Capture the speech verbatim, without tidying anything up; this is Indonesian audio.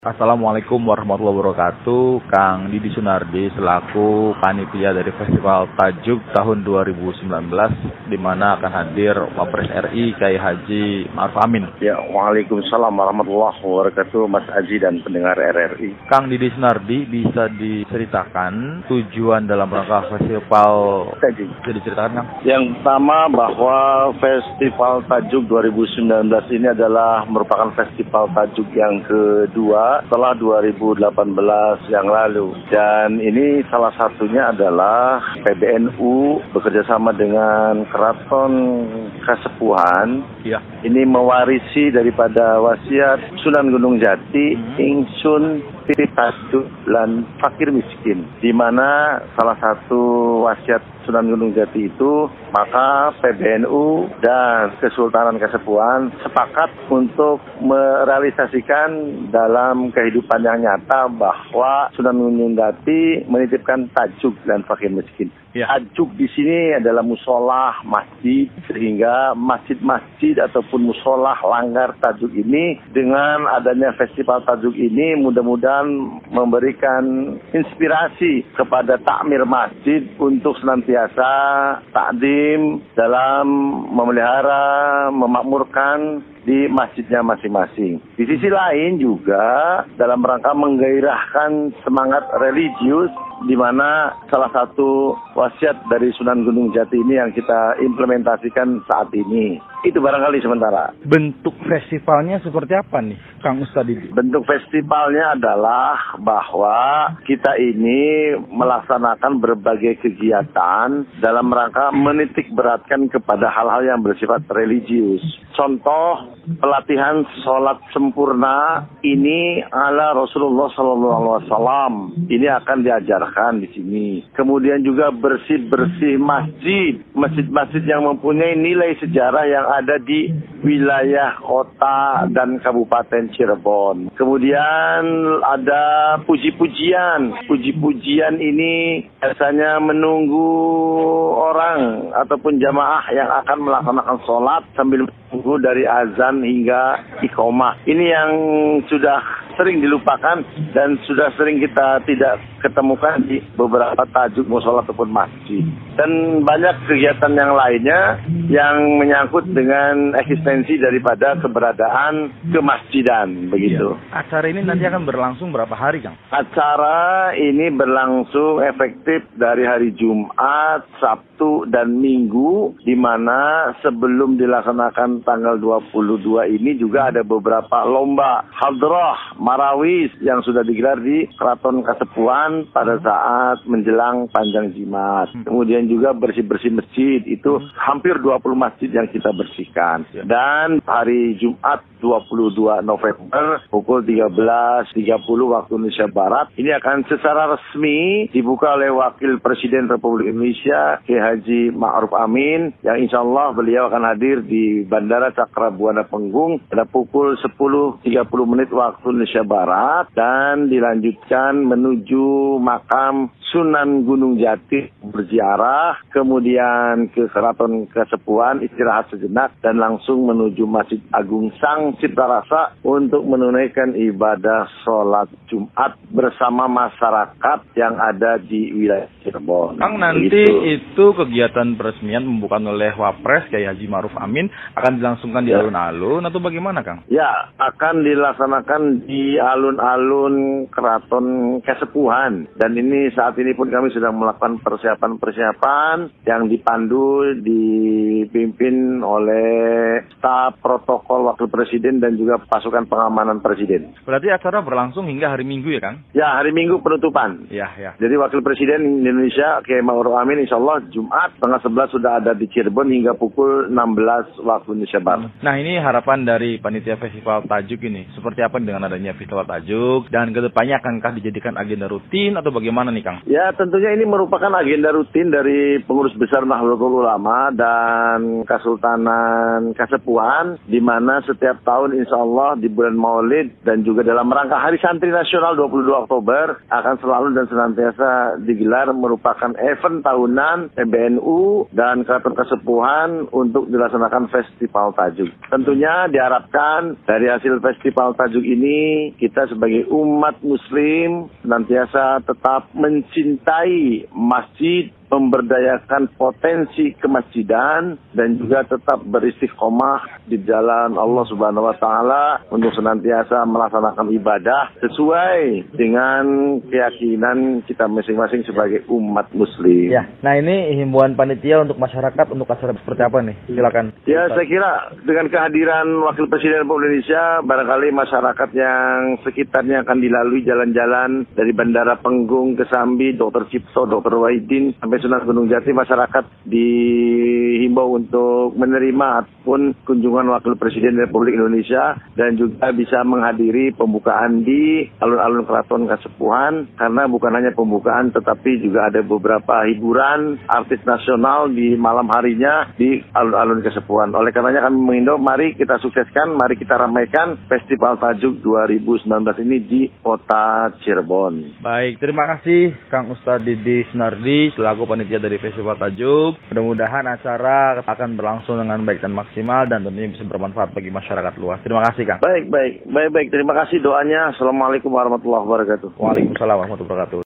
Assalamualaikum warahmatullahi wabarakatuh. Kang Didi Sunardi selaku panitia dari Festival Tajuk tahun dua ribu sembilan belas, di mana akan hadir Wapres R I Kiai Haji Ma'ruf Amin. Ya, Waalaikumsalam warahmatullahi wabarakatuh, Mas Haji dan pendengar R R I. Kang Didi Sunardi, bisa diceritakan tujuan dalam rangka festival Tajuk? Bisa diceritakan, Kang? Yang pertama bahwa Festival Tajuk dua ribu sembilan belas ini adalah merupakan festival tajuk yang kedua setelah dua ribu delapan belas yang lalu, dan ini salah satunya adalah P B N U bekerjasama dengan Keraton Kasepuhan. Ya. Ini mewarisi daripada wasiat Sunan Gunung Jati, hmm. Ingsun Tajuk lan fakir miskin, di mana salah satu wasiat Sunan Gunung Jati itu, maka P B N U dan Kesultanan Kasepuhan sepakat untuk merealisasikan dalam kehidupan yang nyata bahwa Sunan Gunung Jati menitipkan tajuk dan fakir miskin. Ya. Tajuk di sini adalah musolah, masjid, sehingga masjid-masjid ataupun musolah langgar tajuk ini, dengan adanya festival tajuk ini mudah-mudahan memberikan inspirasi kepada takmir masjid untuk senantiasa takdim dalam memelihara, memakmurkan di masjidnya masing-masing. Di sisi lain juga dalam rangka menggairahkan semangat religius, di mana salah satu wasiat dari Sunan Gunung Jati ini yang kita implementasikan saat ini. Itu barangkali sementara. Bentuk festivalnya seperti apa nih, Kang Ustadz? Bentuk festivalnya adalah bahwa kita ini melaksanakan berbagai kegiatan dalam rangka menitik beratkan kepada hal-hal yang bersifat religius. Contoh, pelatihan sholat sempurna ini ala Rasulullah Sallallahu Alaihi Wasallam. Ini akan diajarkan di sini. Kemudian juga bersih-bersih masjid, masjid-masjid yang mempunyai nilai sejarah yang ada di wilayah kota dan kabupaten Cirebon. Kemudian ada puji-pujian. Puji-pujian ini biasanya menunggu orang ataupun jamaah yang akan melaksanakan sholat sambil menunggu dari azan hingga iqomah. Ini yang sudah sering dilupakan dan sudah sering kita tidak ketemukan di beberapa tajuk musola ataupun masjid. Dan banyak kegiatan yang lainnya yang menyangkut dengan eksistensi daripada keberadaan kemasjidan, begitu. Ya. Acara ini nanti akan berlangsung berapa hari, Kang? Acara ini berlangsung efektif dari hari Jumat, Sabtu, dan Minggu, di mana sebelum dilaksanakan tanggal dua puluh dua ini juga ada beberapa lomba hadrah marawis yang sudah digelar di Keraton Kasepuhan pada saat menjelang Panjang Jimat. Kemudian juga bersih-bersih masjid, itu hampir dua puluh masjid yang kita bersihkan. Dan hari Jumat dua puluh dua November pukul tiga belas tiga puluh waktu Indonesia Barat, ini akan secara resmi dibuka oleh Wakil Presiden Republik Indonesia Kiai Haji Ma'ruf Amin, yang insya Allah beliau akan hadir di Bandara Cakrabuana Penggung pada pukul sepuluh tiga puluh menit waktu Indonesia Barat, dan dilanjutkan menuju makam Sunan Gunung Jati berziarah, kemudian ke Keraton Kasepuhan istirahat sejenak, dan langsung menuju Masjid Agung Sang Ciptarasa untuk menunaikan ibadah sholat Jumat bersama masyarakat yang ada di wilayah Cirebon. Kang, nanti itu, itu kegiatan peresmian pembukaan oleh Wapres Kiai Haji Ma'ruf Amin akan dilangsungkan di alun-alun atau bagaimana, Kang? Ya, akan dilaksanakan di alun-alun Keraton Kasepuhan, dan ini saat ini pun kami sedang melakukan persiapan-persiapan yang dipandu, dipimpin oleh staf protokol Wakil Presiden dan juga pasukan pengamanan Presiden. Berarti acara berlangsung hingga hari Minggu ya, Kang? Ya, hari Minggu penutupan. Ya, ya. Jadi Wakil Presiden Indonesia Kiai Ma'ruf Amin insya Allah Jumat tanggal sebelas sudah ada di Cirebon hingga pukul enam belas waktu Indonesia Barat. Nah, ini harapan dari panitia Festival Tajuk ini. Seperti apa dengan adanya Festival Tajuk, dan kedepannya akankah dijadikan agenda rutin atau bagaimana nih, Kang? Ya, tentunya ini merupakan agenda rutin dari Pengurus Besar Nahdlatul Ulama dan Kesultanan Kasepuhan, di mana setiap tahun insya Allah di bulan Maulid dan juga dalam rangka Hari Santri Nasional dua puluh dua Oktober akan selalu dan senantiasa digelar merupakan event tahunan P B N U dan Keraton Kasepuhan untuk dilaksanakan Festival Tajuk. Tentunya diharapkan dari hasil Festival Tajuk ini kita sebagai umat Muslim senantiasa tetap mencintai masjid, memberdayakan potensi kemasjidan dan juga tetap beristiqomah di jalan Allah Subhanahu wa taala untuk senantiasa melaksanakan ibadah sesuai dengan keyakinan kita masing-masing sebagai umat muslim. Ya. Nah, ini himbauan panitia untuk masyarakat untuk acara seperti apa nih? Silakan. Ya, saya kira dengan kehadiran Wakil Presiden Republik Indonesia barangkali masyarakat yang sekitarnya akan dilalui jalan-jalan dari Bandara Penggung ke Sambi, Dokter Cipto, Dokter Wahidin sampai Sunan Gunung Jati, masyarakat dihimbau untuk menerima ataupun kunjungan Wakil Presiden Republik Indonesia dan juga bisa menghadiri pembukaan di alun-alun Keraton Kasepuhan karena bukan hanya pembukaan tetapi juga ada beberapa hiburan artis nasional di malam harinya di alun-alun Kasepuhan. Oleh karenanya kami mengimbau mari kita sukseskan, mari kita ramaikan Festival Tajuk dua ribu sembilan belas ini di Kota Cirebon. Baik, terima kasih Kang Ustadz Didi Sunardi selaku panitia dari Festival Tajuk. Mudah-mudahan acara akan berlangsung dengan baik dan maksimal dan tentunya bisa bermanfaat bagi masyarakat luas. Terima kasih, Kang. Baik, baik, baik, baik. Terima kasih doanya. Assalamualaikum warahmatullahi wabarakatuh. Waalaikumsalam warahmatullahi wabarakatuh.